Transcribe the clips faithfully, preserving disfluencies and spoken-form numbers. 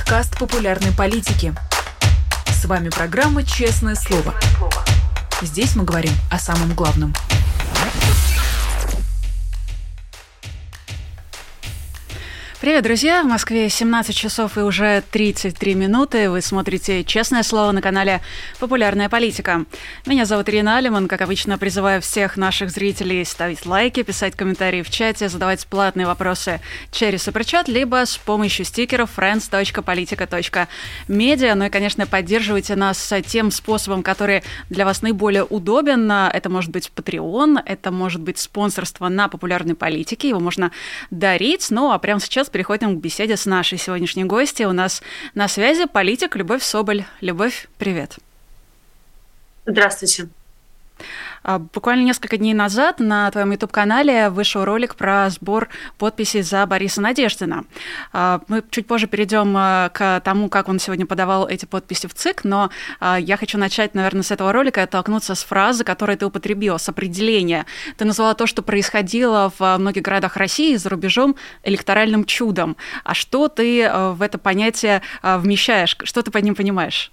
подкаст популярной политики. С вами программа «Честное слово». Здесь мы говорим о самом главном. Привет, друзья! В Москве семнадцать часов и уже тридцать три минуты. Вы смотрите «Честное слово» на канале «Популярная политика». Меня зовут Ирина Алиман. Как обычно, призываю всех наших зрителей ставить лайки, писать комментарии в чате, задавать платные вопросы через суперчат, либо с помощью стикеров friends точка politica точка media. Ну и, конечно, поддерживайте нас тем способом, который для вас наиболее удобен. Это может быть Patreon, это может быть спонсорство на популярной политике. Его можно дарить. Ну а прямо сейчас переходим к беседе с нашей сегодняшней гостьей. У нас на связи политик Любовь Соболь. Любовь, привет. Здравствуйте. Буквально несколько дней назад на твоем YouTube-канале вышел ролик про сбор подписей за Бориса Надеждина. Мы чуть позже перейдем к тому, как он сегодня подавал эти подписи в ЦИК, но я хочу начать, наверное, с этого ролика и оттолкнуться с фразы, которую ты употребила, с определения. Ты назвала то, что происходило в многих городах России и за рубежом, электоральным чудом. А что ты в это понятие вмещаешь? Что ты под ним понимаешь?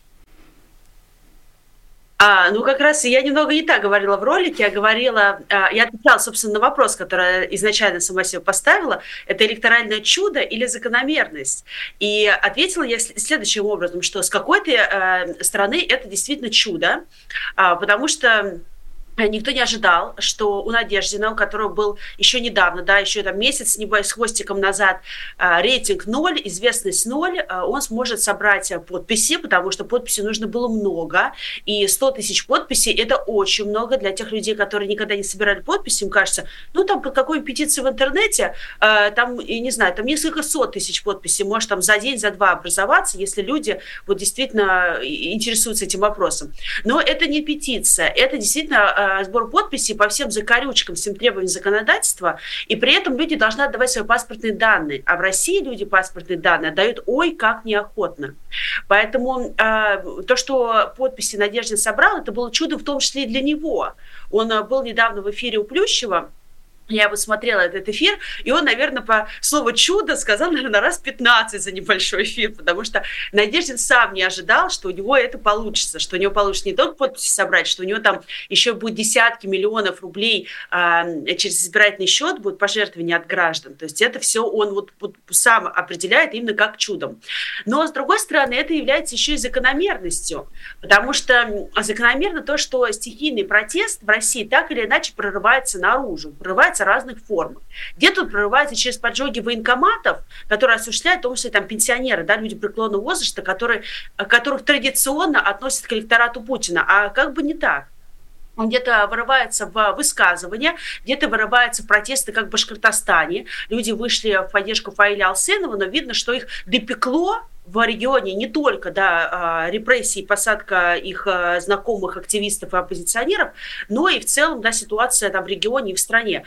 А, ну, как раз я немного не так говорила в ролике, я говорила, а, я отвечала, собственно, на вопрос, который я изначально сама себе поставила, это электоральное чудо или закономерность? И ответила я следующим образом, что с какой-то э, стороны это действительно чудо, а, потому что никто не ожидал, что у Надеждина, у которого был еще недавно, да, еще там месяц с хвостиком назад, рейтинг ноль, известность ноль, он сможет собрать подписи, потому что подписей нужно было много, и сто тысяч подписей – это очень много для тех людей, которые никогда не собирали подписи. Им кажется, ну там под какой-нибудь петицией в интернете, там, я не знаю, там несколько сот тысяч подписей может там за день, за два образоваться, если люди вот действительно интересуются этим вопросом. Но это не петиция, это действительно сбор подписей по всем закорючкам, всем требованиям законодательства, и при этом люди должны отдавать свои паспортные данные. А в России люди паспортные данные отдают ой как неохотно. Поэтому э, то, что подписи Надеждин собрал, это было чудо в том числе и для него. Он э, был недавно в эфире у Плющева. Я вот смотрела этот эфир, и он, наверное, по слову «чудо» сказал, наверное, раз пятнадцать за небольшой эфир, потому что Надеждин сам не ожидал, что у него это получится, что у него получится не только подписи собрать, что у него там еще будет десятки миллионов рублей а, через избирательный счет, будут пожертвования от граждан. То есть это все он вот, вот сам определяет именно как чудом. Но, с другой стороны, это является еще и закономерностью, потому что закономерно то, что стихийный протест в России так или иначе прорывается наружу, прорывается разных формах. Где-то прорывается через поджоги военкоматов, которые осуществляют, в том числе там пенсионеры, да, люди преклонного возраста, которые, которых традиционно относят к электорату Путина. А как бы не так. Он где-то вырывается в высказывания, где-то вырываются протесты, как в Башкортостане. Люди вышли в поддержку Фаиля Алсенова, но видно, что их допекло в регионе не только да, репрессии, посадка их знакомых активистов и оппозиционеров, но и в целом да, ситуация там, в регионе и в стране.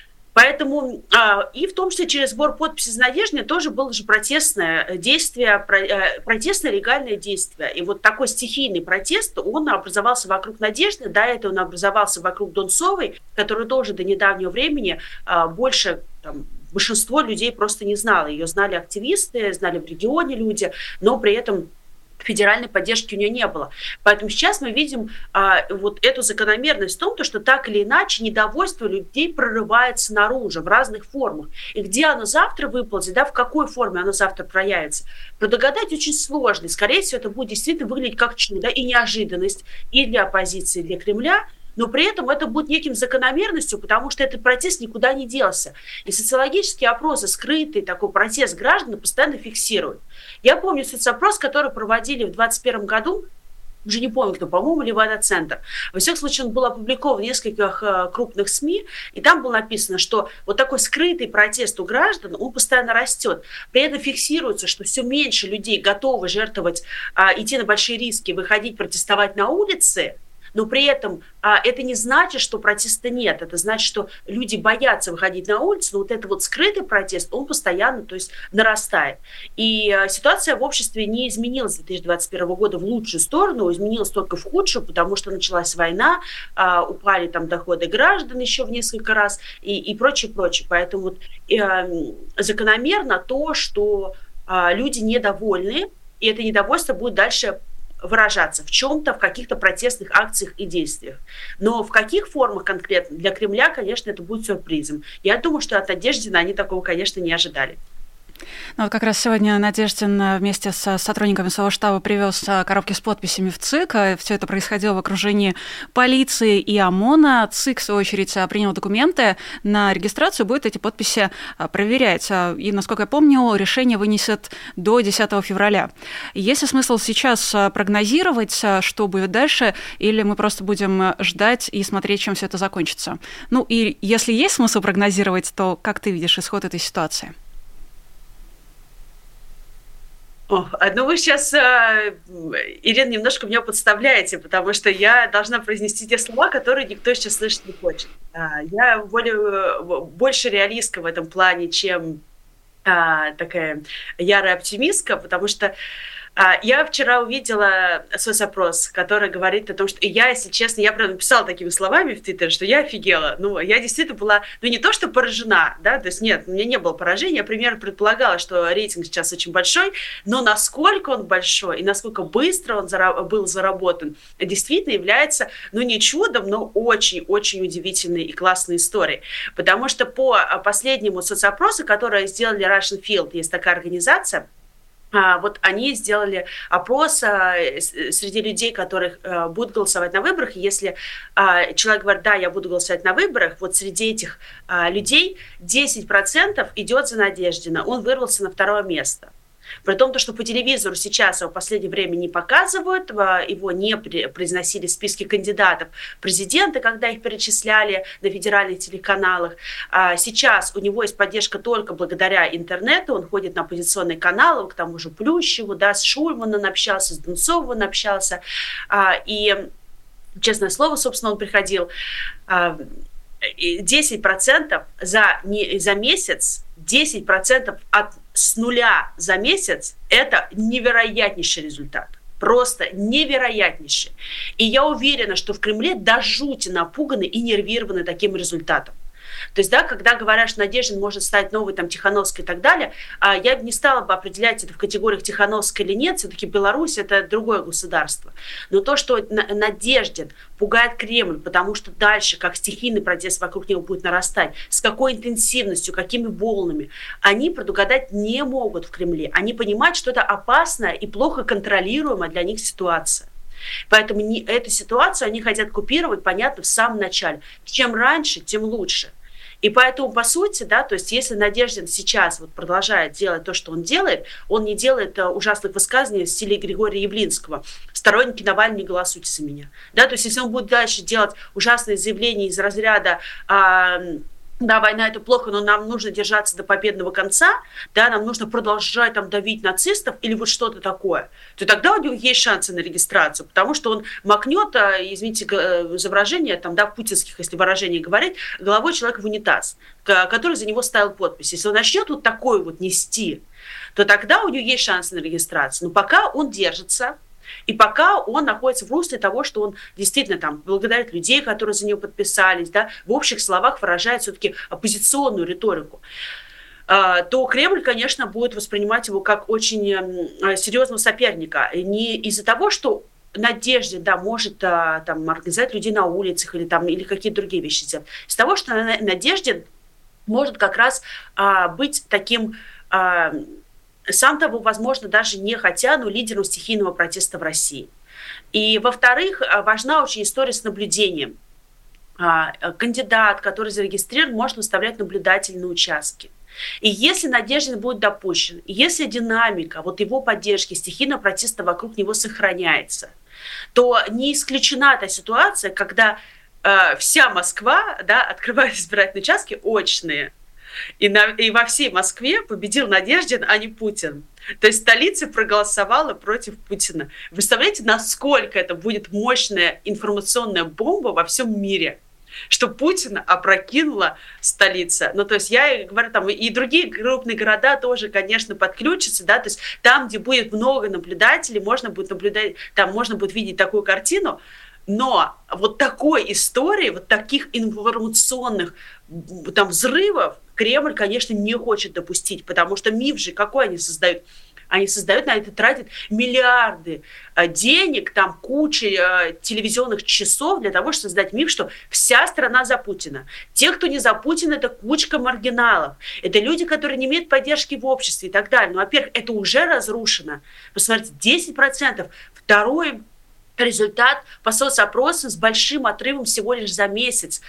Поэтому и в том числе через сбор подписей за Надеждина тоже было же протестное действие, протестное легальное действие. И вот такой стихийный протест, он образовался вокруг Надеждина, до этого он образовался вокруг Донцовой, которую тоже до недавнего времени больше там, большинство людей просто не знало. Ее знали активисты, знали в регионе люди, но при этом федеральной поддержки у нее не было. Поэтому сейчас мы видим а, вот эту закономерность в том, что так или иначе недовольство людей прорывается наружу в разных формах. И где оно завтра выползет, да, в какой форме оно завтра проявится, предугадать очень сложно. Скорее всего, это будет действительно выглядеть как чудо и неожиданность и для оппозиции, и для Кремля, но при этом это будет неким закономерностью, потому что этот протест никуда не делся. И социологические опросы, скрытый такой протест граждан постоянно фиксируют. Я помню соцопрос, который проводили в двадцать первом году, уже не помню кто, по-моему, Левада-центр. Во всяком случае, он был опубликован в нескольких крупных СМИ, и там было написано, что вот такой скрытый протест у граждан, он постоянно растет. При этом фиксируется, что все меньше людей готовы жертвовать, идти на большие риски, выходить протестовать на улице, но при этом а, это не значит, что протеста нет. Это значит, что люди боятся выходить на улицу, но вот этот вот скрытый протест, он постоянно, то есть, нарастает. И а, ситуация в обществе не изменилась с две тысячи двадцать первого года в лучшую сторону, изменилась только в худшую, потому что началась война, а, упали там доходы граждан еще в несколько раз и, и прочее, прочее. Поэтому вот, э, закономерно то, что люди недовольны и это недовольство будет дальше выражаться в чем-то, в каких-то протестных акциях и действиях. Но в каких формах конкретно для Кремля, конечно, это будет сюрпризом. Я думаю, что от Надеждина они такого, конечно, не ожидали. Ну, вот как раз сегодня Надеждин вместе с сотрудниками своего штаба привез коробки с подписями в ЦИК. Все это происходило в окружении полиции и ОМОНа. ЦИК, в свою очередь, принял документы на регистрацию, будет эти подписи проверять. И, насколько я помню, решение вынесет до десятого февраля. Есть ли смысл сейчас прогнозировать, что будет дальше, или мы просто будем ждать и смотреть, чем все это закончится? Ну, и если есть смысл прогнозировать, то как ты видишь исход этой ситуации? О, ну вы сейчас, Ирина, немножко меня подставляете, потому что я должна произнести те слова, которые никто сейчас слышать не хочет. Я более, больше реалистка в этом плане, чем такая ярая оптимистка, потому что я вчера увидела соцопрос, который говорит о том, что я, если честно, я прям написала такими словами в Твиттере, что я офигела. Ну, я действительно была, ну, не то, что поражена, да, то есть нет, у меня не было поражения, я примерно предполагала, что рейтинг сейчас очень большой, но насколько он большой и насколько быстро он зара- был заработан, действительно является, ну, не чудом, но очень-очень удивительной и классной историей. Потому что по последнему соцопросу, который сделали Russian Field, есть такая организация, вот они сделали опрос среди людей, которых будут голосовать на выборах. И если человек говорит, да, я буду голосовать на выборах, вот среди этих людей десять процентов идет за Надеждина. Он вырвался на второе место. При том, что по телевизору сейчас его в последнее время не показывают, его не произносили в списке кандидатов президента, когда их перечисляли на федеральных телеканалах. Сейчас у него есть поддержка только благодаря интернету, он ходит на оппозиционные каналы, к тому же Плющеву, да, с Шульманом общался, с Донцовым общался, и, честное слово, собственно, он приходил десять процентов за, не, за месяц, десять процентов от с нуля за месяц – это невероятнейший результат. Просто невероятнейший. И я уверена, что в Кремле до жути напуганы и нервированы таким результатом. То есть, да, когда говорят, что Надеждин может стать новой там, Тихановской и так далее, я не стала бы определять это в категориях Тихановской или нет, все-таки Беларусь – это другое государство. Но то, что Надеждин пугает Кремль, потому что дальше, как стихийный протест вокруг него будет нарастать, с какой интенсивностью, какими волнами, они предугадать не могут в Кремле. Они понимают, что это опасная и плохо контролируемая для них ситуация. Поэтому эту ситуацию они хотят купировать, понятно, в самом начале. Чем раньше, тем лучше. И поэтому, по сути, да, то есть если Надеждин сейчас вот продолжает делать то, что он делает, он не делает uh, ужасных высказываний в стиле Григория Явлинского. Сторонники Навального, не голосуйте за меня. Да, то есть если он будет дальше делать ужасные заявления из разряда uh, да, война – это плохо, но нам нужно держаться до победного конца, да, нам нужно продолжать там давить нацистов или вот что-то такое, то тогда у него есть шансы на регистрацию, потому что он макнет, извините за выражение, там, да, путинских, если выражение говорить, головой человека в унитаз, который за него ставил подпись. Если он начнет вот такое вот нести, то тогда у него есть шансы на регистрацию. Но пока он держится, и пока он находится в русле того, что он действительно там благодарит людей, которые за него подписались, да, в общих словах выражает все-таки оппозиционную риторику, то Кремль, конечно, будет воспринимать его как очень серьезного соперника. Не из-за того, что Надеждин, да, может там организовать людей на улицах или, там, или какие-то другие вещи сделать. Из того, что Надеждин может как раз быть таким... сам того, возможно, даже не хотя, но лидером стихийного протеста в России. И, во-вторых, важна очень история с наблюдением. Кандидат, который зарегистрирован, может выставлять наблюдателей на участке. И если Надеждин будет допущен, и если динамика вот его поддержки стихийного протеста вокруг него сохраняется, то не исключена та ситуация, когда э, вся Москва, да, открывает избирательные участки очные, И, на, и во всей Москве победил Надеждин, а не Путин. То есть столица проголосовала против Путина. Представляете, насколько это будет мощная информационная бомба во всем мире, что Путина опрокинула столица. Ну, то есть я говорю, там и другие крупные города тоже, конечно, подключатся, да, то есть там, где будет много наблюдателей, можно будет наблюдать, там можно будет видеть такую картину. Но вот такой истории, вот таких информационных там взрывов Кремль, конечно, не хочет допустить, потому что миф же какой они создают? Они создают на это, тратят миллиарды денег, там куча телевизионных часов для того, чтобы создать миф, что вся страна за Путина. Те, кто не за Путина, это кучка маргиналов. Это люди, которые не имеют поддержки в обществе и так далее. Но, во-первых, это уже разрушено. Посмотрите, десять процентов. Второй результат по соцопросам с большим отрывом всего лишь за месяц.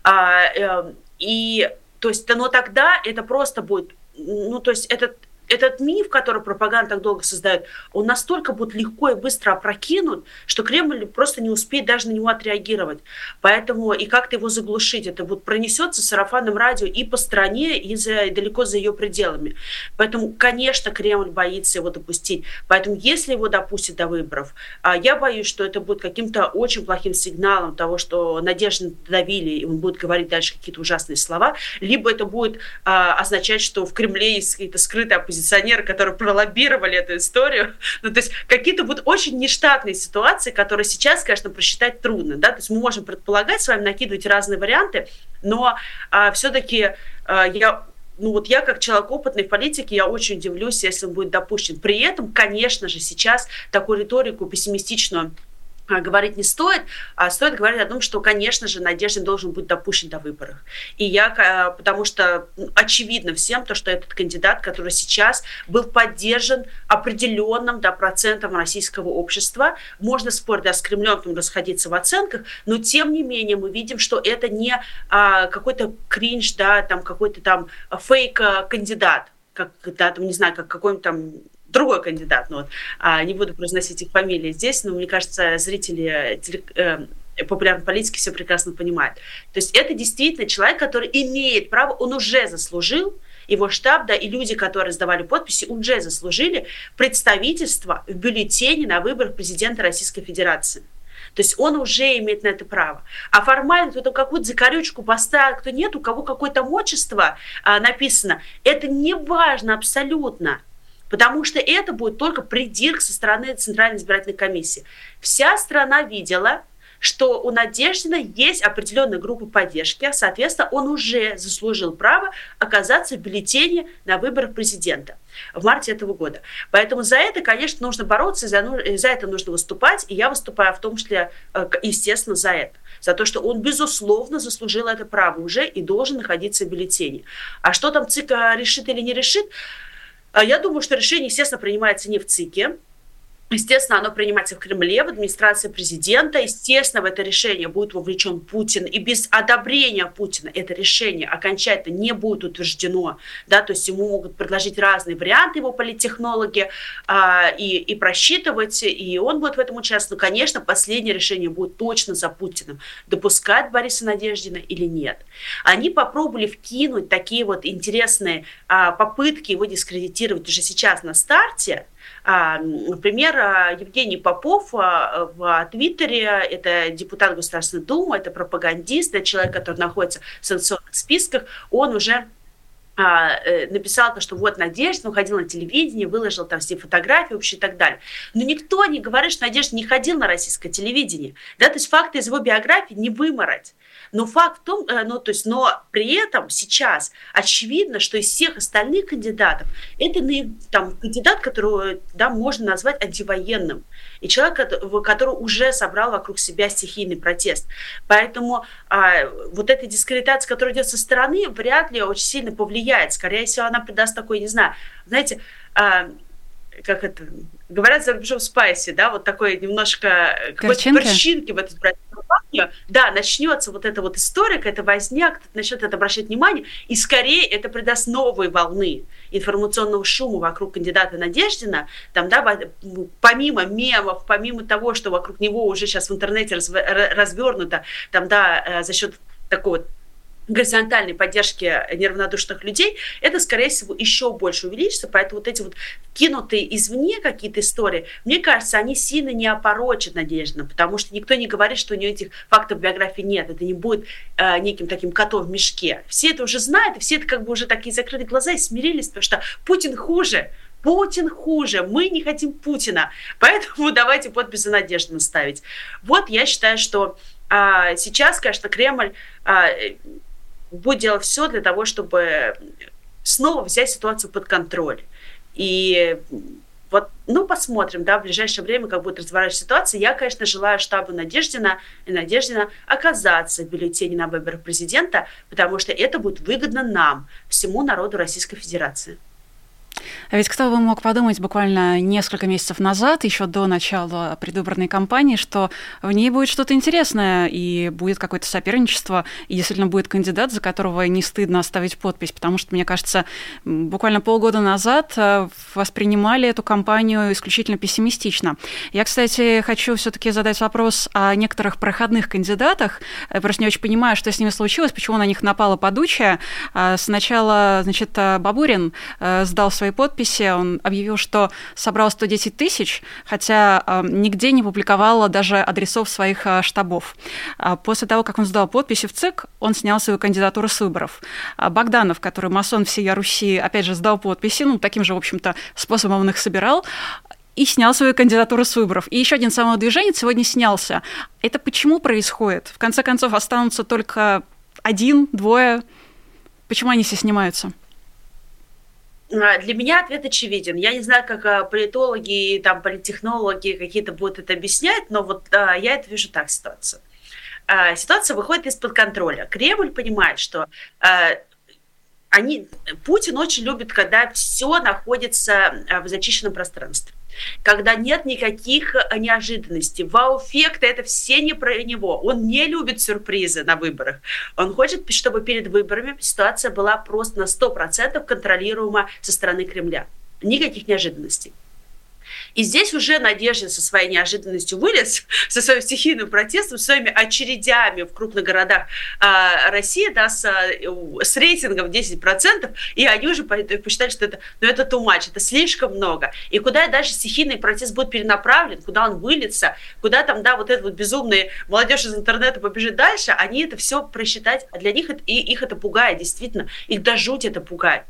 И, то есть, но тогда это просто будет, ну, то есть, этот Этот миф, который пропаганда так долго создает, он настолько будет легко и быстро опрокинут, что Кремль просто не успеет даже на него отреагировать. Поэтому и как-то его заглушить. Это вот пронесется сарафанным радио и по стране, и, за, и далеко за ее пределами. Поэтому, конечно, Кремль боится его допустить. Поэтому, если его допустят до выборов, я боюсь, что это будет каким-то очень плохим сигналом того, что Надежду давили, и он будет говорить дальше какие-то ужасные слова, либо это будет означать, что в Кремле есть какие-то скрытые оппозиционеры, которые пролоббировали эту историю. Ну, то есть какие-то будут очень нештатные ситуации, которые сейчас, конечно, просчитать трудно. Да? То есть мы можем предполагать с вами, накидывать разные варианты, но а, все-таки а, я... Ну вот я, как человек опытный в политике, я очень удивлюсь, если он будет допущен. При этом, конечно же, сейчас такую риторику пессимистичную говорить не стоит, а стоит говорить о том, что, конечно же, Надеждин должен быть допущен до выборов. И я, потому что очевидно всем, то, что этот кандидат, который сейчас был поддержан определенным, да, процентом российского общества, можно спорить, да, с Кремлем там расходиться в оценках, но тем не менее мы видим, что это не а, какой-то кринж, да, там какой-то там фейк-кандидат, как, да, там, не знаю, как какой-нибудь там другой кандидат, ну, вот, а, не буду произносить их фамилии здесь, но мне кажется, зрители теле, э, популярной политики все прекрасно понимают. То есть это действительно человек, который имеет право, он уже заслужил, его штаб, да, и люди, которые сдавали подписи, уже заслужили представительство в бюллетене на выборах президента Российской Федерации. То есть он уже имеет на это право. А формально кто-то какую-то закорючку поставил, кто нет, у кого какое-то отчество а, написано, это не важно абсолютно. Потому что это будет только придирк со стороны Центральной избирательной комиссии. Вся страна видела, что у Надеждина есть определенная группа поддержки, а, соответственно, он уже заслужил право оказаться в бюллетене на выборах президента в марте этого года. Поэтому за это, конечно, нужно бороться, за, за это нужно выступать, и я выступаю в том числе, естественно, за это. За то, что он, безусловно, заслужил это право уже и должен находиться в бюллетене. А что там ЦИК решит или не решит? Я думаю, что решение, естественно, принимается не в ЦИКе. Естественно, оно принимается в Кремле, в администрации президента. Естественно, в это решение будет вовлечен Путин. И без одобрения Путина это решение окончательно не будет утверждено. Да? То есть ему могут предложить разные варианты его политтехнологи а, и, и просчитывать, и он будет в этом участвовать. Но, конечно, последнее решение будет точно за Путиным. Допускать Бориса Надеждина или нет. Они попробовали вкинуть такие вот интересные а, попытки его дискредитировать уже сейчас на старте. Например, Евгений Попов в Твиттере, это депутат Государственной Думы, это пропагандист, это человек, который находится в санкционных списках, он уже написал то, что вот Надежда, он ходил на телевидение, выложил там все фотографии вообще и так далее. Но никто не говорит, что Надежда не ходил на российское телевидение. Да? То есть факты из его биографии не вымороть. Но факт в том, ну, то есть, но при этом сейчас очевидно, что из всех остальных кандидатов это там, кандидат, которого, да, можно назвать антивоенным. И человек, который уже собрал вокруг себя стихийный протест. Поэтому а, вот эта дискредитация, которая идет со стороны, вряд ли очень сильно повлияет. Скорее всего, она придаст такой, не знаю, знаете, а, как это, говорят за рубежом спайси, да, вот такой немножко какой-то перчинки в эту кампанию, да, начнется вот эта вот история, какая-то возня, кто-то начнет это обращать внимание, и скорее это придаст новые волны информационного шума вокруг кандидата Надеждина, там, да, помимо мемов, помимо того, что вокруг него уже сейчас в интернете развернуто, там, да, за счет такого горизонтальной поддержки неравнодушных людей, это, скорее всего, еще больше увеличится. Поэтому вот эти вот кинутые извне какие-то истории, мне кажется, они сильно не опорочат Надеждина, потому что никто не говорит, что у нее этих фактов биографии нет. Это не будет э, неким таким котом в мешке. Все это уже знают, и все это как бы уже такие закрыли глаза и смирились, потому что Путин хуже. Путин хуже, мы не хотим Путина. Поэтому давайте подпись за Надеждина ставить. Вот я считаю, что э, сейчас, конечно, Кремль э, будет делать все для того, чтобы снова взять ситуацию под контроль. И Вот, ну, посмотрим, да, в ближайшее время, как будет разворачиваться ситуация. Я, конечно, желаю штабу Надеждина и Надеждина оказаться в бюллетене на выборах президента, потому что это будет выгодно нам, всему народу Российской Федерации. А ведь кто бы мог подумать буквально несколько месяцев назад, еще до начала предвыборной кампании, что в ней будет что-то интересное, и будет какое-то соперничество, и действительно будет кандидат, за которого не стыдно оставить подпись, потому что, мне кажется, буквально полгода назад воспринимали эту кампанию исключительно пессимистично. Я, кстати, хочу все-таки задать вопрос о некоторых проходных кандидатах. Я просто не очень понимаю, что с ними случилось, почему на них напала падучая. Сначала, значит, Бабурин сдал свои подписи, он объявил, что собрал сто десять тысяч, хотя э, нигде не публиковал даже адресов своих э, штабов. А после того, как он сдал подписи в ЦИК, он снял свою кандидатуру с выборов. А Богданов, который масон всей Руси, опять же, сдал подписи, ну, таким же, в общем-то, способом он их собирал, и снял свою кандидатуру с выборов. И еще один самовыдвиженец сегодня снялся. Это почему происходит? В конце концов, останутся только один, двое. Почему они все снимаются? Для меня ответ очевиден. Я не знаю, как политологи, там, политтехнологи какие-то будут это объяснять, но вот а, я это вижу так, ситуацию. А, ситуация выходит из-под контроля. Кремль понимает, что а, они, Путин очень любит, когда все находится в зачищенном пространстве, когда нет никаких неожиданностей. Вау-эффекты — это все не про него. Он не любит сюрпризы на выборах. Он хочет, чтобы перед выборами ситуация была просто на сто процентов контролируема со стороны Кремля. Никаких неожиданностей. И здесь уже Надеждин со своей неожиданностью вылез, со своим стихийным протестом, своими очередями в крупных городах э, России, да, с, с рейтингом десять процентов, и они уже посчитали, что это, ну, это too much, это слишком много. И куда дальше стихийный протест будет перенаправлен, куда он выльется, куда там, да, вот этот вот безумный молодежь из интернета побежит дальше, они это все просчитать, а для них это, и их это пугает, действительно, их до жути это пугает.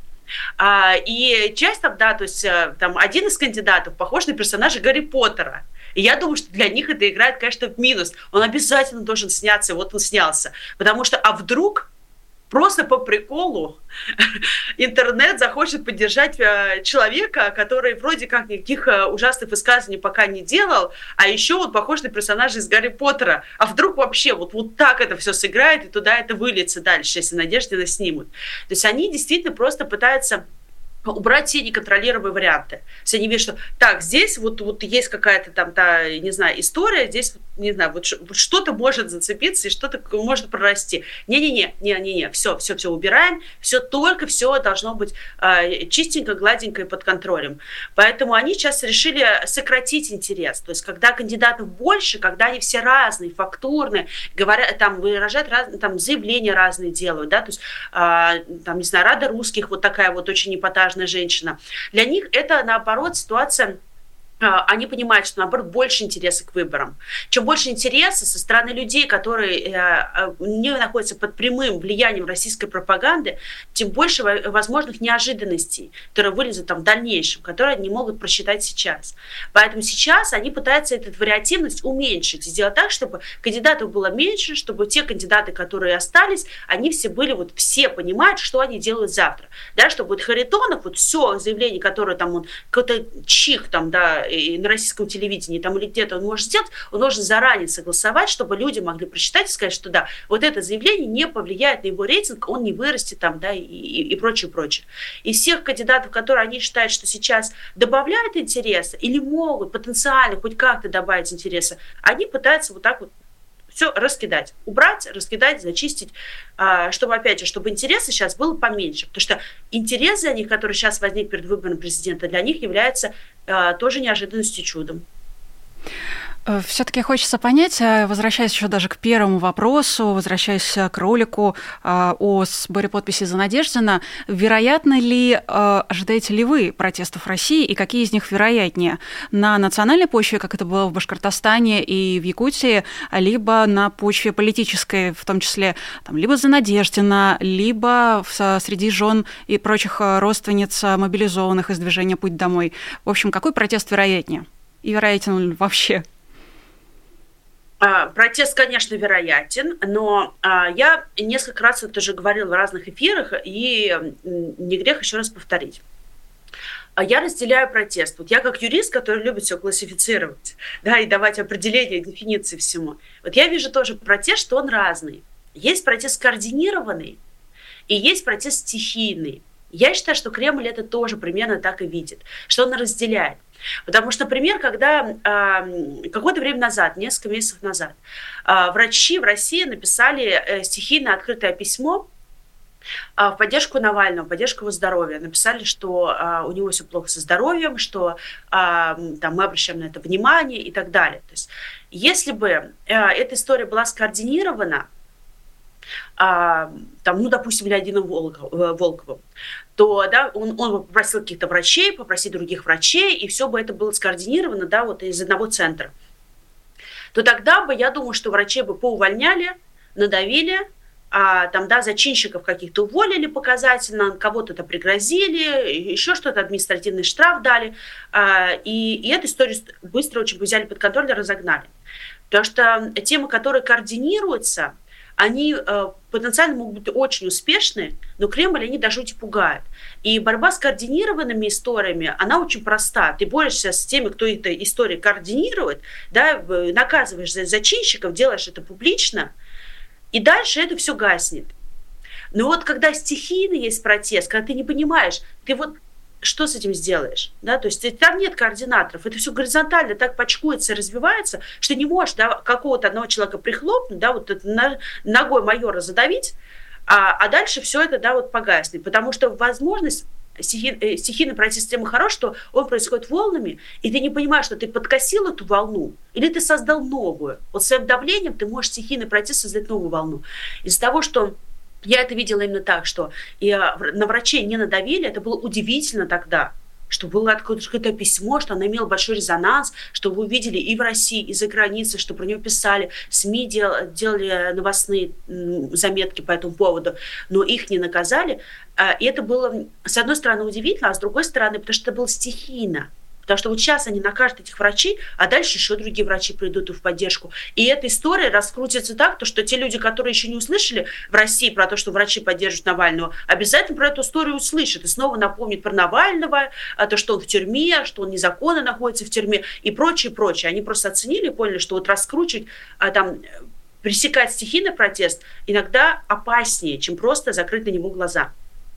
А, и часть там, да, то есть там один из кандидатов похож на персонажа Гарри Поттера. И я думаю, что для них это играет, конечно, в минус. Он обязательно должен сняться, и вот он снялся. Потому что, а вдруг просто по приколу интернет захочет поддержать человека, который вроде как никаких ужасных высказываний пока не делал, а еще он похож на персонажа из Гарри Поттера. А вдруг вообще вот, вот так это все сыграет, и туда это выльется дальше, если Надеждина снимут. То есть они действительно просто пытаются убрать все неконтролируемые варианты. То есть они видят, что так, здесь вот, вот есть какая-то там, та, не знаю, история, здесь, не знаю, вот что-то может зацепиться и что-то может прорасти. Не-не-не, не-не-не, все, все, все убираем, все только все должно быть э, чистенько, гладенько и под контролем. Поэтому они сейчас решили сократить интерес. То есть когда кандидатов больше, когда они все разные, фактурные, говорят, там, выражают разные, там, заявления разные делают, да, то есть, э, там, не знаю, Рада русских, вот такая вот очень эпатажная женщина. Для них это, наоборот, ситуация, они понимают, что, наоборот, больше интереса к выборам. Чем больше интереса со стороны людей, которые не находятся под прямым влиянием российской пропаганды, тем больше возможных неожиданностей, которые вылезут там в дальнейшем, которые они не могут просчитать сейчас. Поэтому сейчас они пытаются эту вариативность уменьшить, сделать так, чтобы кандидатов было меньше, чтобы те кандидаты, которые остались, они все были, вот все понимают, что они делают завтра. Да, чтобы вот Харитонов, вот все заявление, которое там он, какой-то чих там, да, и на российском телевидении там, или где-то он может сделать, он должен заранее согласовать, чтобы люди могли прочитать и сказать, что да, вот это заявление не повлияет на его рейтинг, он не вырастет там, да, и, и, и прочее, прочее. Из всех кандидатов, которые они считают, что сейчас добавляют интереса или могут потенциально хоть как-то добавить интереса, они пытаются вот так вот все раскидать, убрать, раскидать, зачистить, чтобы, опять же, чтобы интереса сейчас было поменьше. Потому что интерес для них, который сейчас возник перед выбором президента, для них является тоже неожиданностью и чудом. Все-таки хочется понять, возвращаясь еще даже к первому вопросу, возвращаясь к ролику о сборе подписей за Надеждина, вероятно ли, ожидаете ли вы протестов России и какие из них вероятнее? На национальной почве, как это было в Башкортостане и в Якутии, либо на почве политической, в том числе там, либо за Надеждина, либо среди жен и прочих родственниц мобилизованных из движения «Путь домой». В общем, какой протест вероятнее? И вероятен ли вообще? Протест, конечно, вероятен, но я несколько раз это уже говорила в разных эфирах, и не грех еще раз повторить. Я разделяю протест. Вот я как юрист, который любит все классифицировать, да, и давать определения, дефиниции всему. Вот я вижу тоже протест, что он разный. Есть протест скоординированный, и есть протест стихийный. Я считаю, что Кремль это тоже примерно так и видит, что он разделяет. Потому что, например, когда э, какое-то время назад, несколько месяцев назад, э, врачи в России написали э, стихийно открытое письмо э, в поддержку Навального, в поддержку его здоровья. Написали, что э, у него все плохо со здоровьем, что э, там, мы обращаем на это внимание и так далее. То есть, если бы э, эта история была скоординирована, А, там, ну, допустим, Леонидом Волковым, то да, он, он попросил каких-то врачей, попросил других врачей, и все бы это было скоординировано, да, вот из одного центра. То тогда бы, я думаю, что врачей бы поувольняли, надавили, а, там, да, зачинщиков каких-то уволили показательно, кого-то это пригрозили, еще что-то, административный штраф дали, а, и, и эту историю быстро очень взяли под контроль и разогнали. Потому что темы, которые координируются, они э, потенциально могут быть очень успешны, но Кремль они до жути пугают. И борьба с координированными историями, она очень проста. Ты борешься с теми, кто эту историю координирует, да, наказываешь за зачинщиков, делаешь это публично, и дальше это все гаснет. Но вот когда стихийно есть протест, когда ты не понимаешь, ты вот что с этим сделаешь? Да? То есть там нет координаторов, это все горизонтально так почкуется, развивается, что не можешь, да, какого-то одного человека прихлопнуть, да, вот это, ногой майора задавить, а, а дальше все это, да, вот погаснет. Потому что возможность стихи, стихийной протест тем и хорош, что он происходит волнами, и ты не понимаешь, что ты подкосил эту волну, или ты создал новую. Вот своим давлением ты можешь стихийный протест создать новую волну. Из-за того, что я это видела именно так, что и на врачей не надавили, это было удивительно тогда, что было открыто письмо, что оно имело большой резонанс, что вы увидели и в России, и за границей, что про него писали, СМИ дел, делали новостные заметки по этому поводу, но их не наказали. И это было, с одной стороны, удивительно, а с другой стороны, потому что это было стихийно. Потому что вот сейчас они накажут этих врачей, а дальше еще другие врачи придут и в поддержку. И эта история раскрутится так, то, что те люди, которые еще не услышали в России про то, что врачи поддерживают Навального, обязательно про эту историю услышат и снова напомнят про Навального, то, что он в тюрьме, что он незаконно находится в тюрьме и прочее, прочее. Они просто оценили и поняли, что вот раскручивать, там, пресекать стихийный протест иногда опаснее, чем просто закрыть на него глаза.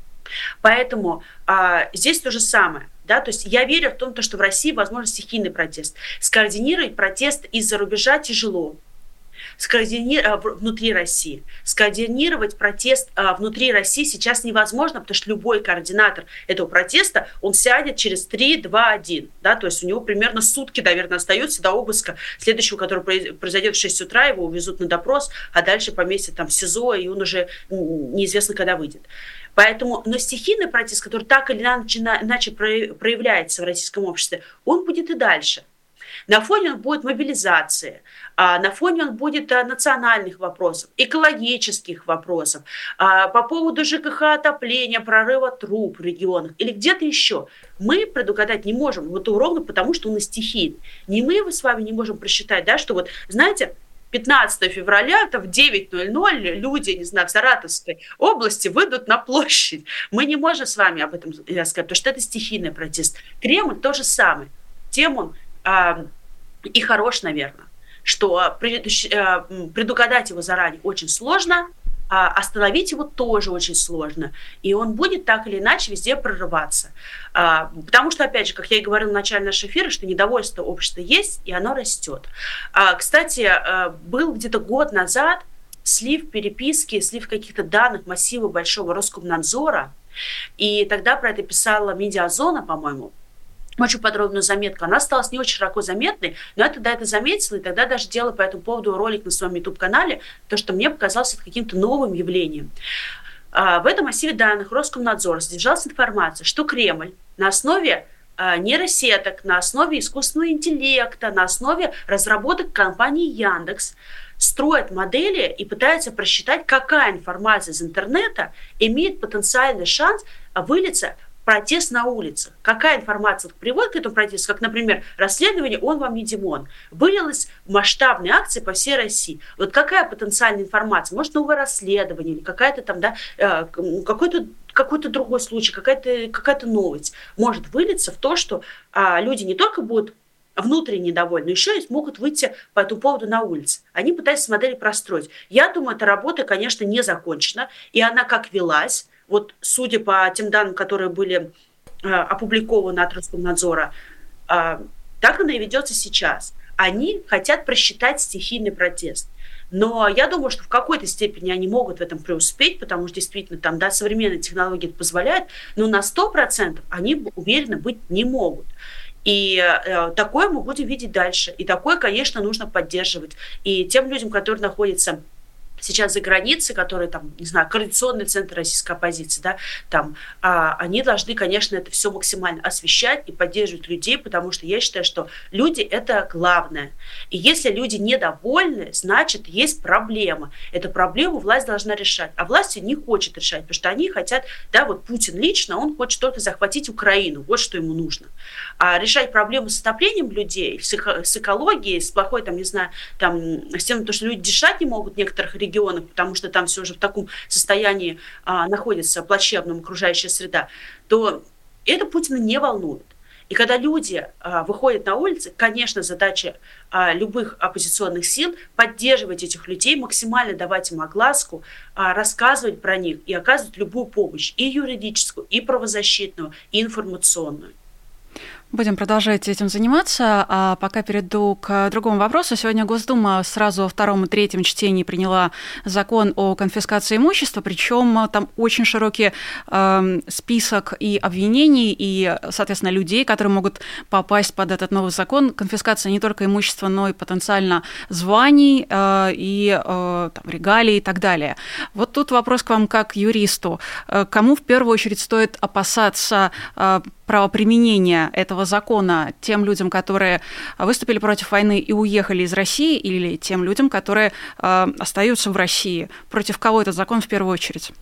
Поэтому а, здесь то же самое. Да, то есть я верю в том, что в России возможен стихийный протест. Скоординировать протест из-за рубежа тяжело. Скоординировать внутри России. Скоординировать протест а, внутри России сейчас невозможно, потому что любой координатор этого протеста, он сядет через три, два, один. Да, то есть у него примерно сутки, наверное, остаются до обыска следующего, который произойдет в шесть утра, его увезут на допрос, а дальше поместят там в СИЗО, и он уже неизвестно, когда выйдет. Поэтому, но стихийный протест, который так или иначе проявляется в российском обществе, он будет и дальше. На фоне он будет мобилизации, на фоне он будет национальных вопросов, экологических вопросов, по поводу ЖКХ, отопления, прорыва труб в регионах или где-то еще. Мы предугадать не можем, вот ровно потому, что он и стихийный. Не мы с вами не можем просчитать, да, что вот, знаете, пятнадцатого февраля в девять ноль ноль люди, не знаю, в Саратовской области выйдут на площадь. Мы не можем с вами об этом сказать, потому что это стихийный протест. Кремль то же самое. Тем он а, и хорош, наверное, что предугадать его заранее очень сложно, а остановить его тоже очень сложно. И он будет так или иначе везде прорываться. А, потому что, опять же, как я и говорила в начале нашего эфира, что недовольство общества есть, и оно растет. А, кстати, был где-то год назад слив переписки, слив каких-то данных массива большого Роскомнадзора, и тогда про это писала «Медиазона», по-моему, очень подробную заметку. Она осталась не очень широко заметной, но я тогда это заметила, и тогда даже делала по этому поводу ролик на своем YouTube-канале, то, что мне показалось это каким-то новым явлением. В этом массиве данных Роскомнадзора содержалась информация, что Кремль на основе нейросеток, на основе искусственного интеллекта, на основе разработок компании Яндекс строит модели и пытается просчитать, какая информация из интернета имеет потенциальный шанс вылиться протест на улицах. Какая информация приводит к этому протесту, как, например, расследование «Он вам не Димон», вылилось в масштабные акции по всей России. Вот какая потенциальная информация? Может, новое расследование или какая-то там, да, какой-то какой-то другой случай, какая-то, какая-то новость может вылиться в то, что а, люди не только будут внутренне недовольны, еще и могут выйти по этому поводу на улицу. Они пытаются модель простроить. Я думаю, эта работа, конечно, не закончена, и она как велась, вот судя по тем данным, которые были а, опубликованы от Роскомнадзора, а, так она и ведется сейчас. Они хотят просчитать стихийный протест. Но я думаю, что в какой-то степени они могут в этом преуспеть, потому что действительно там, да, современные технологии это позволяют, но на сто процентов они уверены быть не могут. И э, такое мы будем видеть дальше. И такое, конечно, нужно поддерживать. И тем людям, которые находятся сейчас за границей, которые там, не знаю, координационный центр российской оппозиции, да, там, а, они должны, конечно, это все максимально освещать и поддерживать людей, потому что я считаю, что люди – это главное. И если люди недовольны, значит, есть проблема. Эту проблему власть должна решать. А власть не хочет решать, потому что они хотят, да, вот Путин лично, он хочет только захватить Украину, вот что ему нужно. А решать проблему с отоплением людей, с, эко- с экологией, с плохой, там, не знаю, там, с тем, что люди дышать не могут в некоторых регионах, регионах, потому что там все уже в таком состоянии а, находится плачевном окружающая среда, то это Путина не волнует. И когда люди а, выходят на улицы, конечно, задача а, любых оппозиционных сил поддерживать этих людей, максимально давать им огласку, а, рассказывать про них и оказывать любую помощь, и юридическую, и правозащитную, и информационную. Будем продолжать этим заниматься, а пока перейду к другому вопросу. Сегодня Госдума сразу во втором и третьем чтении приняла закон о конфискации имущества, причем там очень широкий э, список и обвинений, и, соответственно, людей, которые могут попасть под этот новый закон. Конфискация не только имущества, но и потенциально званий, э, и э, там, регалий и так далее. Вот тут вопрос к вам как юристу. Кому в первую очередь стоит опасаться э, правоприменения этого закона? Тем людям, которые выступили против войны и уехали из России, или тем людям, которые э, остаются в России? Против кого этот закон в первую очередь?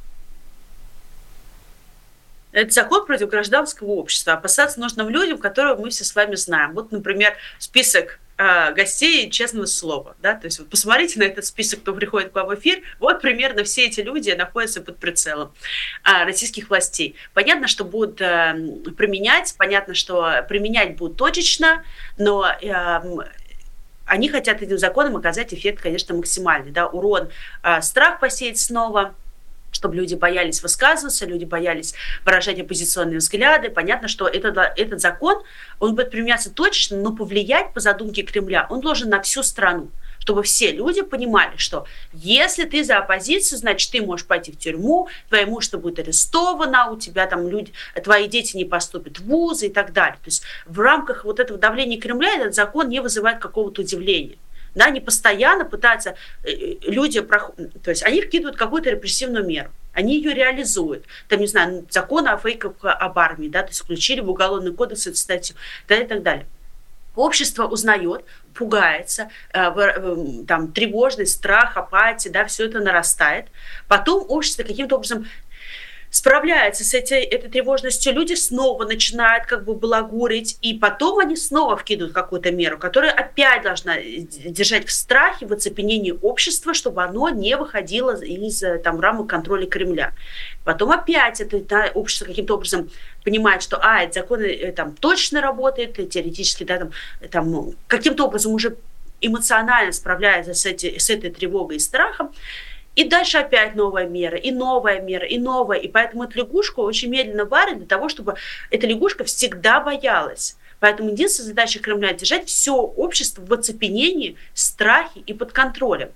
Это закон против гражданского общества. Опасаться нужным людям, которых мы все с вами знаем. Вот, например, список э, гостей «Честного слова». Да? То есть вот посмотрите на этот список, кто приходит к вам в эфир. Вот примерно все эти люди находятся под прицелом э, российских властей. Понятно, что будут э, применять, понятно, что применять будут точечно, но э, они хотят этим законом оказать эффект, конечно, максимальный. Да? Урон, э, страх посеять снова, чтобы люди боялись высказываться, люди боялись выражать оппозиционные взгляды. Понятно, что этот, этот закон, он будет применяться точечно, но повлиять по задумке Кремля он должен на всю страну, чтобы все люди понимали, что если ты за оппозицию, значит, ты можешь пойти в тюрьму, твое имущество будет арестовано, у тебя там люди, твои дети не поступят в вузы и так далее. То есть в рамках вот этого давления Кремля этот закон не вызывает какого-то удивления. Да, они постоянно пытаются, люди, то есть они вкидывают какую-то репрессивную меру, они ее реализуют. Там, не знаю, закон о фейках об армии, да, то есть включили в уголовный кодекс эту статью, да, и так далее. Общество узнает, пугается, там, тревожность, страх, апатия, да, все это нарастает. Потом общество каким-то образом справляется с этой, этой тревожностью, люди снова начинают как бы балагурить, и потом они снова вкидывают какую-то меру, которая опять должна держать в страхе, в оцепенении общества, чтобы оно не выходило из там, рамок контроля Кремля. Потом опять это да, общество каким-то образом понимает, что а, этот закон там, точно работает, теоретически да, там, там, каким-то образом уже эмоционально справляется с, эти, с этой тревогой и страхом. И дальше опять новая мера, и новая мера, и новая. И поэтому эту лягушку очень медленно варят для того, чтобы эта лягушка всегда боялась. Поэтому единственная задача Кремля – держать все общество в оцепенении, страхе и под контролем.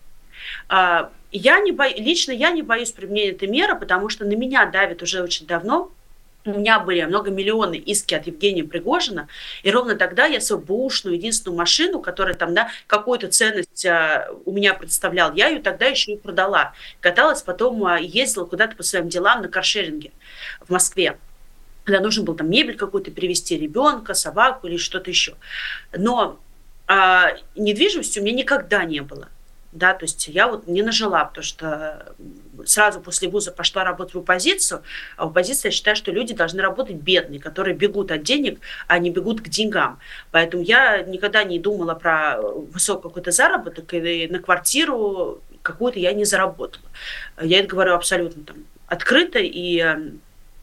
Я не бо... Лично я не боюсь применения этой меры, потому что на меня давит уже очень давно. У меня были многомиллионные иски от Евгения Пригожина, и ровно тогда я свою бэушную единственную машину, которая там, да, какую-то ценность а, у меня представляла, я ее тогда еще и продала. Каталась, потом а, ездила куда-то по своим делам на каршеринге в Москве, когда нужно было там мебель какую-то перевезти, ребенка, собаку или что-то еще. Но а, недвижимости у меня никогда не было. Да, то есть я вот не нажила, потому что сразу после вуза пошла работать в оппозицию, а в оппозиции я считаю, что люди должны работать бедные, которые бегут от денег, а не бегут к деньгам. Поэтому я никогда не думала про высокий какой-то заработок, и на квартиру какую-то я не заработала. Я это говорю абсолютно там, открыто, и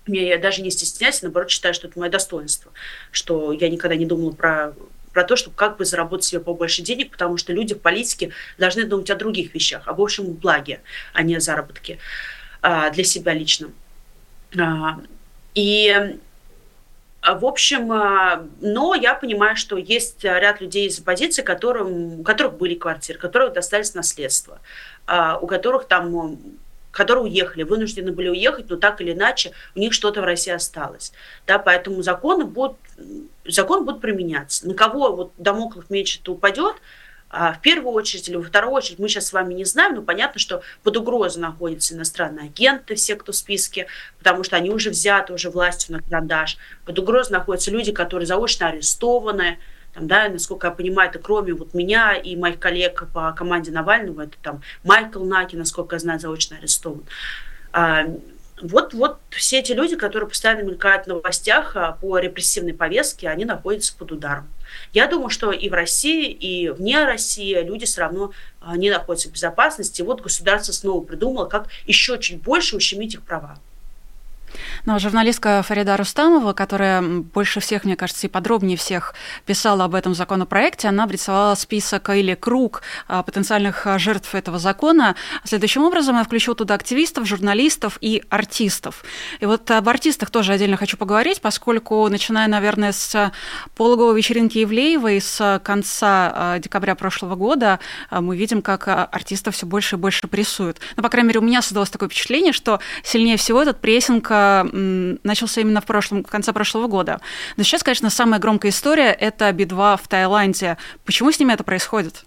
Я даже не стесняюсь, наоборот, считаю, что это мое достоинство, что я никогда не думала про, про то, чтобы как бы заработать себе побольше денег, потому что люди в политике должны думать о других вещах, об общем благе, а не о заработке а, для себя лично. А, и, в общем, а, но я понимаю, что есть ряд людей из оппозиции, которым, у которых были квартиры, которых достались наследства, а, у которых там... которые уехали, вынуждены были уехать, но так или иначе у них что-то в России осталось. Да, поэтому законы будут, закон будет применяться. На кого вот дамоклов меч-то упадет, а в первую очередь или во вторую очередь, мы сейчас с вами не знаем, но понятно, что под угрозой находятся иностранные агенты, все, кто в списке, потому что они уже взяты уже властью на карандаш. Под угрозой находятся люди, которые заочно арестованы. Там, да, насколько я понимаю, это кроме вот меня и моих коллег по команде Навального, это там Майкл Наки, насколько я знаю, заочно арестован. А, вот, вот все эти люди, которые постоянно мелькают в новостях по репрессивной повестке, они находятся под ударом. Я думаю, что и в России, и вне России люди все равно не находятся в безопасности. И вот государство снова придумало, как еще чуть больше ущемить их права. Но журналистка Фарида Рустамова, которая больше всех, мне кажется, и подробнее всех писала об этом законопроекте, она обрисовала список или круг потенциальных жертв этого закона. Следующим образом я включила туда активистов, журналистов и артистов. И вот об артистах тоже отдельно хочу поговорить, поскольку, начиная, наверное, с пологовой вечеринки Ивлеевой с конца декабря прошлого года, мы видим, как артистов все больше и больше прессуют. Ну, по крайней мере, у меня создалось такое впечатление, что сильнее всего этот прессинг начался именно в, прошлом, в конце прошлого года. Но сейчас, конечно, самая громкая история – это Би два в Таиланде. Почему с ними это происходит?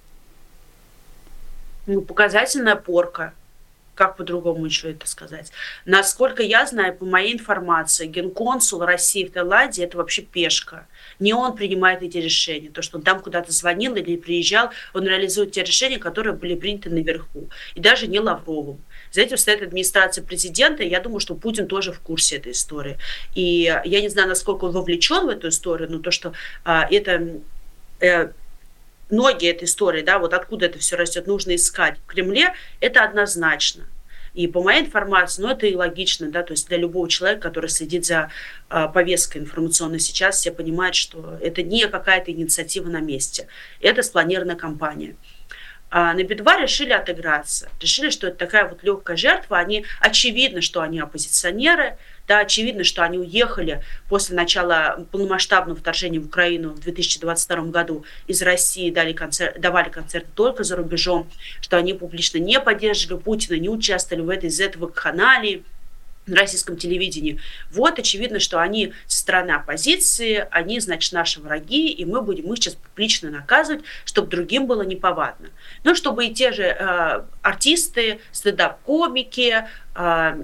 Ну, показательная порка. Как по-другому еще это сказать? Насколько я знаю, по моей информации, генконсул России в Таиланде – это вообще пешка. Не он принимает эти решения. То, что он там куда-то звонил или приезжал, он реализует те решения, которые были приняты наверху. И даже не Лавровым. За этим стоит администрация президента, и я думаю, что Путин тоже в курсе этой истории. И я не знаю, насколько он вовлечен в эту историю, но то, что а, это... Э, ноги этой истории, да, вот откуда это все растет, нужно искать в Кремле, это однозначно. И по моей информации, ну, это и логично, да, то есть для любого человека, который следит за а, повесткой информационной сейчас, все понимают, что это не какая-то инициатива на месте, это спланированная кампания. А на Би два решили отыграться, решили, что это такая вот легкая жертва, они, очевидно, что они оппозиционеры, да, очевидно, что они уехали после начала полномасштабного вторжения в Украину в две тысячи двадцать втором году из России, дали концерт, давали концерты только за рубежом, что они публично не поддерживали Путина, не участвовали в этой из этого канале на российском телевидении. Вот очевидно, что они со стороны оппозиции, они, значит, наши враги, и мы будем их сейчас публично наказывать, чтобы другим было неповадно. Ну, чтобы и те же э, артисты, стендап-комики, э,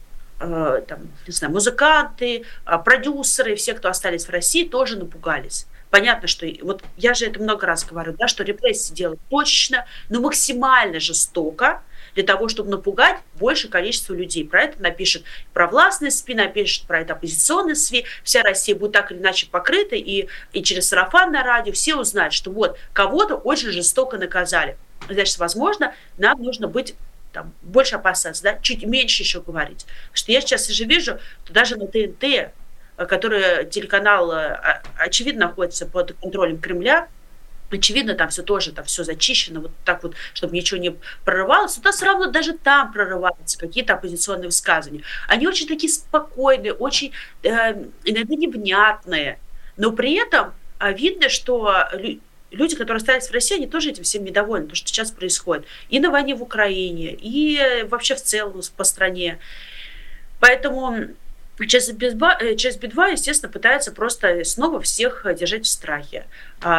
там, не знаю, музыканты, продюсеры, все, кто остались в России, тоже напугались. Понятно, что вот я же это много раз говорю, да, что репрессии делают точечно, но максимально жестоко для того, чтобы напугать большее количество людей. Про это напишет провластные СМИ, напишет про это оппозиционные СМИ. Вся Россия будет так или иначе покрыта, и, и через сарафанное радио все узнают, что вот кого-то очень жестоко наказали. Значит, возможно, нам нужно быть там, больше опасаться, да, чуть меньше еще говорить. Потому что я сейчас уже вижу, что даже на ТНТ, который телеканал, очевидно, находится под контролем Кремля, очевидно, там все тоже, там все зачищено, вот так вот, чтобы ничего не прорывалось, но все равно даже там прорываются какие-то оппозиционные высказывания. Они очень такие спокойные, очень э, иногда невнятные, но при этом э, видно, что люди, которые остались в России, они тоже этим всем недовольны, то, что сейчас происходит. И на войне в Украине, и вообще в целом по стране. Поэтому через Би два, естественно, пытается просто снова всех держать в страхе.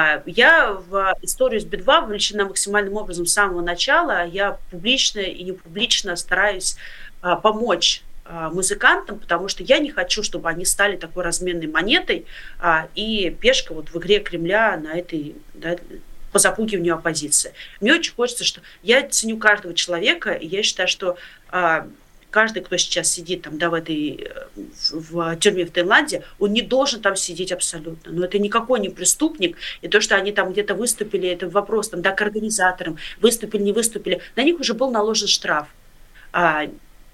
Я в историю с Би два вовлечена максимальным образом с самого начала. Я публично и не публично стараюсь помочь музыкантам, потому что я не хочу, чтобы они стали такой разменной монетой а, и пешкой вот в игре Кремля на этой, да, по запугиванию оппозиции. Мне очень хочется, что я ценю каждого человека, и я считаю, что а, каждый, кто сейчас сидит там, да, в этой в, в тюрьме в Таиланде, он не должен там сидеть абсолютно. Но это никакой не преступник, и то, что они там где-то выступили, это вопрос там, да, к организаторам, выступили, не выступили, на них уже был наложен штраф. А,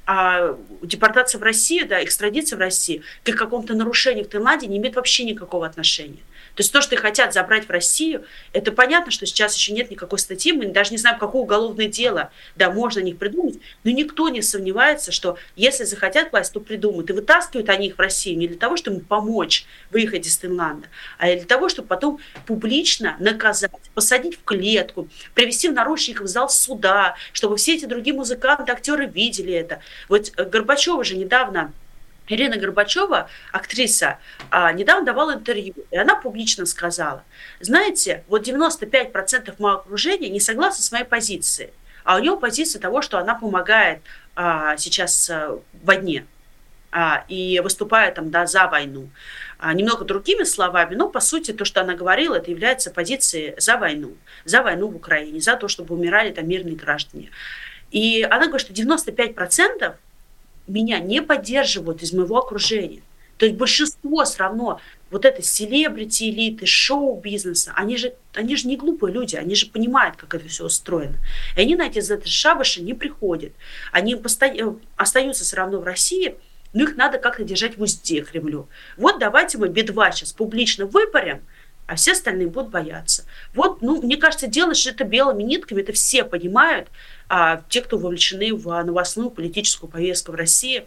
а депортация в Россию, да, экстрадиция в Россию к какому-то нарушению в Таиланде не имеет вообще никакого отношения. То есть то, что их хотят забрать в Россию, это понятно, что сейчас еще нет никакой статьи, мы даже не знаем, какое уголовное дело, да, можно о них придумать, но никто не сомневается, что если захотят власть, то придумают. И вытаскивают они их в Россию не для того, чтобы им помочь выехать из Таиланда, а для того, чтобы потом публично наказать, посадить в клетку, привести в наручниках в зал суда, чтобы все эти другие музыканты, актеры видели это. Вот Горбачева же недавно, Ирина Горбачева, актриса, недавно давала интервью, и она публично сказала: знаете, вот девяносто пять процентов моего окружения не согласны с моей позицией, а у нее позиция того, что она помогает а, сейчас а, в войне а, и выступает там, да, за войну. А, немного другими словами, но по сути то, что она говорила, это является позицией за войну, за войну в Украине, за то, чтобы умирали там мирные граждане. И она говорит, что девяносто пять процентов меня не поддерживают из моего окружения. То есть большинство все равно вот этой селебрити элиты, шоу-бизнеса, они же, они же не глупые люди, они же понимают, как это все устроено. И они на эти шабаши не приходят. Они постоянно остаются все равно в России, но их надо как-то держать в узде Кремлю. Вот давайте мы би два сейчас публично выпарим, а все остальные будут бояться. Вот, ну, мне кажется, делаешь это белыми нитками, это все понимают, а те, кто вовлечены в новостную политическую повестку в России,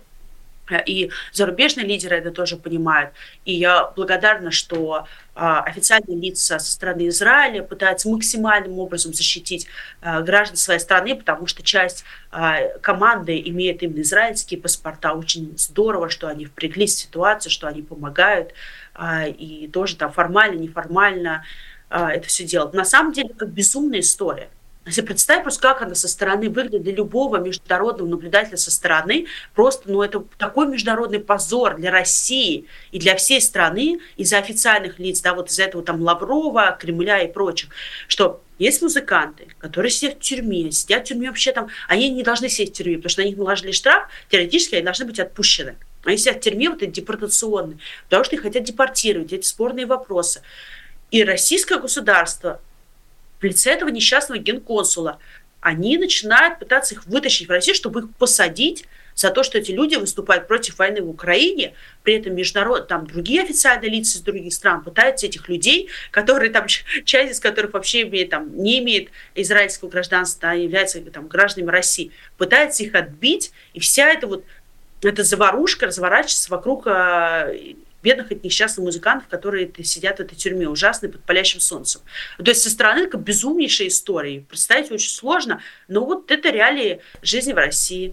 и зарубежные лидеры это тоже понимают. И я благодарна, что а, официальные лица со стороны Израиля пытаются максимальным образом защитить а, граждан своей страны, потому что часть а, команды имеет именно израильские паспорта. Очень здорово, что они впряглись в ситуацию, что они помогают, а, и тоже там формально, неформально а, это все делают. На самом деле, как безумная история. Если представить просто, как она со стороны выглядит для любого международного наблюдателя со стороны, просто, ну, это такой международный позор для России и для всей страны из-за официальных лиц, да, вот из-за этого там Лаврова, Кремля и прочих, что есть музыканты, которые сидят в тюрьме, сидят в тюрьме вообще там, они не должны сидеть в тюрьме, потому что на них наложили штраф, теоретически они должны быть отпущены. Они сидят в тюрьме, вот эти депортационные, потому что их хотят депортировать, эти спорные вопросы. И российское государство в лице этого несчастного генконсула, они начинают пытаться их вытащить в Россию, чтобы их посадить за то, что эти люди выступают против войны в Украине, при этом международ, там другие официальные лица из других стран пытаются этих людей, которые там, часть из которых вообще имеет, там, не имеет израильского гражданства, а являются там, гражданами России, пытаются их отбить, и вся эта вот эта заварушка разворачивается вокруг бедных и несчастных музыкантов, которые сидят в этой тюрьме, ужасной, под палящим солнцем. То есть со стороны такая безумнейшая история. Представить очень сложно, но вот это реалии жизни в России.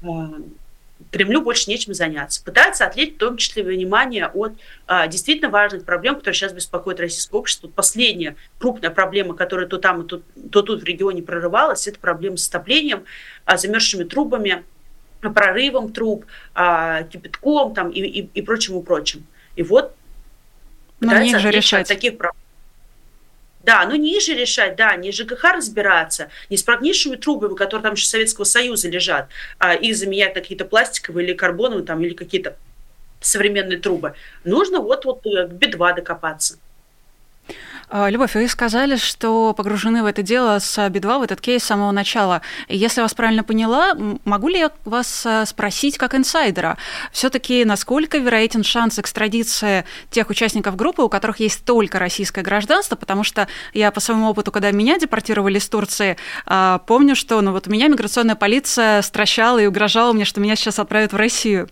Кремлю больше нечем заняться. Пытается отвлечь в том числе внимание от а, действительно важных проблем, которые сейчас беспокоят российское общество. Последняя крупная проблема, которая то там, то, то тут в регионе прорывалась, это проблема с отоплением, а, замерзшими трубами, прорывом труб, а, кипятком там, и, и, и прочим, и прочим. И вот пытается отвлечь от таких проблем. Да, ну не же решать, да, не ЖКХ разбираться, не с прогнившими трубами, которые там еще с Советского Союза лежат, а их заменять на какие-то пластиковые или карбоновые, там, или какие-то современные трубы. Нужно вот-вот к би два докопаться. Любовь, вы сказали, что погружены в это дело с би два, в этот кейс с самого начала. И если я вас правильно поняла, могу ли я вас спросить как инсайдера, все-таки насколько вероятен шанс экстрадиции тех участников группы, у которых есть только российское гражданство, потому что я по своему опыту, когда меня депортировали из Турции, помню, что ну, вот меня миграционная полиция стращала и угрожала мне, что меня сейчас отправят в Россию.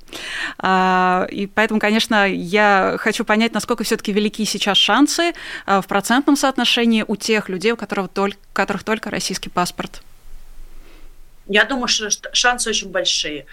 И поэтому, конечно, я хочу понять, насколько все-таки велики сейчас шансы в процессе, в процентном соотношении у тех людей, у которых только, у которых только российский паспорт? Я думаю, что шансы очень большие.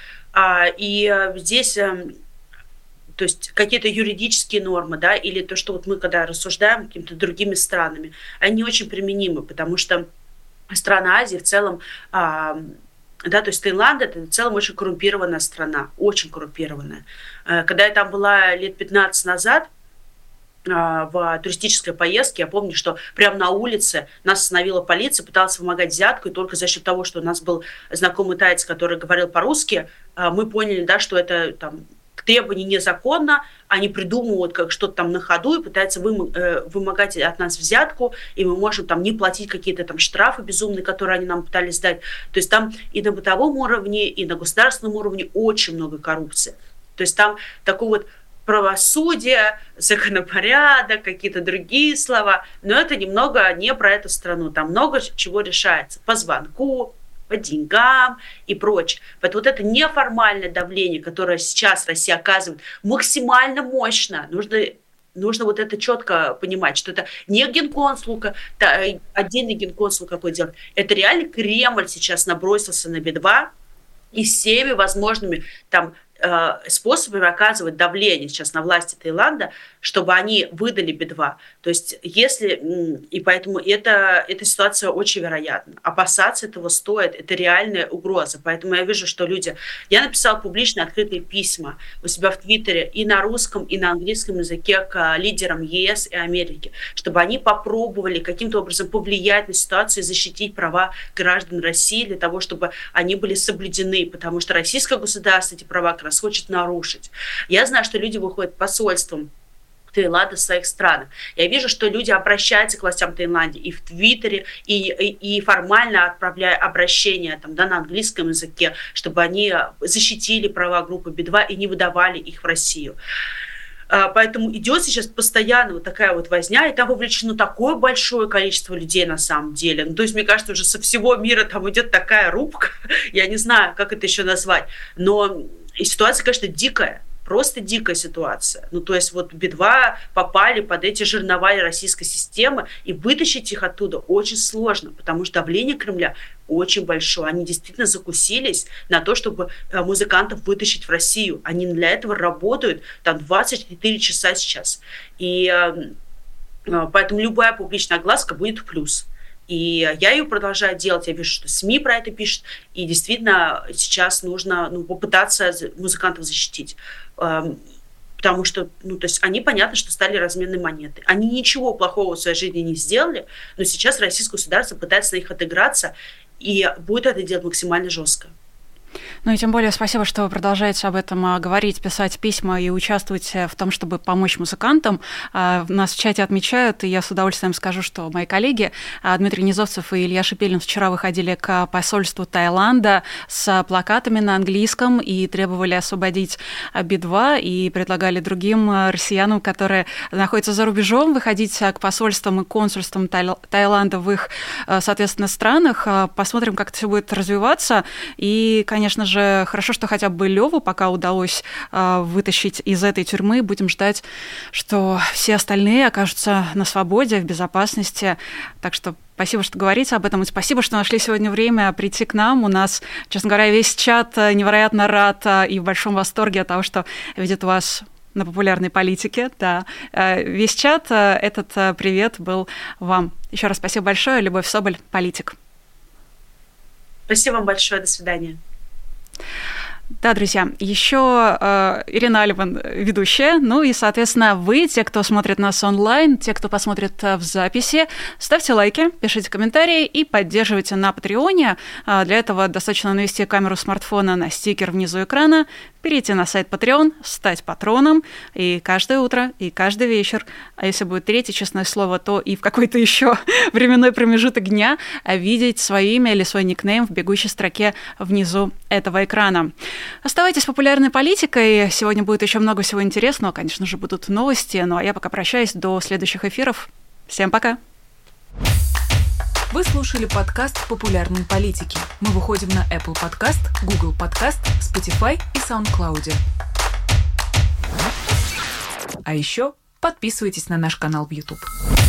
И здесь, то есть какие-то юридические нормы, да, или то, что вот мы когда рассуждаем какими-то другими странами, они очень применимы, потому что страны Азии в целом, да, то есть Таиланд – это в целом очень коррумпированная страна, очень коррумпированная. Когда я там была лет пятнадцать назад, в туристической поездке, я помню, что прямо на улице нас остановила полиция, пыталась вымогать взятку, и только за счет того, что у нас был знакомый таец, который говорил по-русски, мы поняли, да, что это там требование незаконно, они придумывают как что-то там на ходу и пытаются вымогать от нас взятку, и мы можем там не платить какие-то там штрафы безумные, которые они нам пытались сдать. То есть там и на бытовом уровне, и на государственном уровне очень много коррупции. То есть там такой вот правосудие, законопорядок, какие-то другие слова, но это немного не про эту страну. Там много чего решается по звонку, по деньгам и прочее. Поэтому вот это неформальное давление, которое сейчас Россия оказывает, максимально мощно. Нужно, нужно вот это четко понимать, что это не генконсул, отдельный генконсул какой делает. Это реально Кремль сейчас набросился на Би два и всеми возможными там способами оказывать давление сейчас на власти Таиланда, чтобы они выдали Би два. То есть если... И поэтому это, эта ситуация очень вероятна. Опасаться этого стоит. Это реальная угроза. Поэтому я вижу, что люди... Я написала публично открытые письма у себя в Твиттере и на русском, и на английском языке к лидерам ЕС и Америки, чтобы они попробовали каким-то образом повлиять на ситуацию и защитить права граждан России для того, чтобы они были соблюдены. Потому что российское государство эти права как раз хочет нарушить. Я знаю, что люди выходят посольством Таиланда в своих странах. Я вижу, что люди обращаются к властям Таиланда и в Твиттере, и, и, и формально отправляя обращения там, да, на английском языке, чтобы они защитили права группы Би два и не выдавали их в Россию. Поэтому идет сейчас постоянно вот такая вот возня, и там вовлечено такое большое количество людей на самом деле. Ну, то есть, мне кажется, уже со всего мира там идет такая рубка, я не знаю, как это еще назвать, но и ситуация, конечно, дикая. Просто дикая ситуация. Ну, то есть вот Би два попали под эти жернова российской системы, и вытащить их оттуда очень сложно, потому что давление Кремля очень большое. Они действительно закусились на то, чтобы музыкантов вытащить в Россию. Они для этого работают там двадцать четыре часа сейчас. И э, поэтому любая публичная огласка будет в плюс. И я ее продолжаю делать, я вижу, что СМИ про это пишут, и действительно сейчас нужно ну, попытаться музыкантов защитить, потому что ну, то есть они, понятно, что стали разменной монетой. Они ничего плохого в своей жизни не сделали, но сейчас российское государство пытается на них отыграться, и будет это делать максимально жестко. Ну и тем более спасибо, что вы продолжаете об этом говорить, писать письма и участвовать в том, чтобы помочь музыкантам. Нас в чате отмечают, и я с удовольствием скажу, что мои коллеги Дмитрий Низовцев и Илья Шипелин вчера выходили к посольству Таиланда с плакатами на английском и требовали освободить Би два, и предлагали другим россиянам, которые находятся за рубежом, выходить к посольствам и консульствам Таиланда в их, соответственно, странах. Посмотрим, как это все будет развиваться. И, конечно же, хорошо, что хотя бы Леву пока удалось э, вытащить из этой тюрьмы. Будем ждать, что все остальные окажутся на свободе, в безопасности. Так что спасибо, что говорите об этом. И спасибо, что нашли сегодня время прийти к нам. У нас, честно говоря, весь чат невероятно рад и в большом восторге от того, что видит вас на популярной политике. Да. Весь чат, этот привет был вам. Еще раз спасибо большое. Любовь Соболь, политик. Спасибо вам большое. До свидания. Да, друзья, еще э, Ирина Алиман, ведущая, ну и, соответственно, вы, те, кто смотрит нас онлайн, те, кто посмотрит в записи, ставьте лайки, пишите комментарии и поддерживайте на Патреоне. Э, для этого достаточно навести камеру смартфона на стикер внизу экрана, перейти на сайт Patreon, стать патроном, и каждое утро, и каждый вечер, а если будет третье честное слово, то и в какой-то еще временной промежуток дня видеть свое имя или свой никнейм в бегущей строке внизу этого экрана. Оставайтесь популярной политикой. Сегодня будет еще много всего интересного. Конечно же, будут новости. Ну а я пока прощаюсь до следующих эфиров. Всем пока! Вы слушали подкаст «Популярные политики». Мы выходим на Apple Podcast, Google Podcast, Spotify и SoundCloud. А еще подписывайтесь на наш канал в YouTube.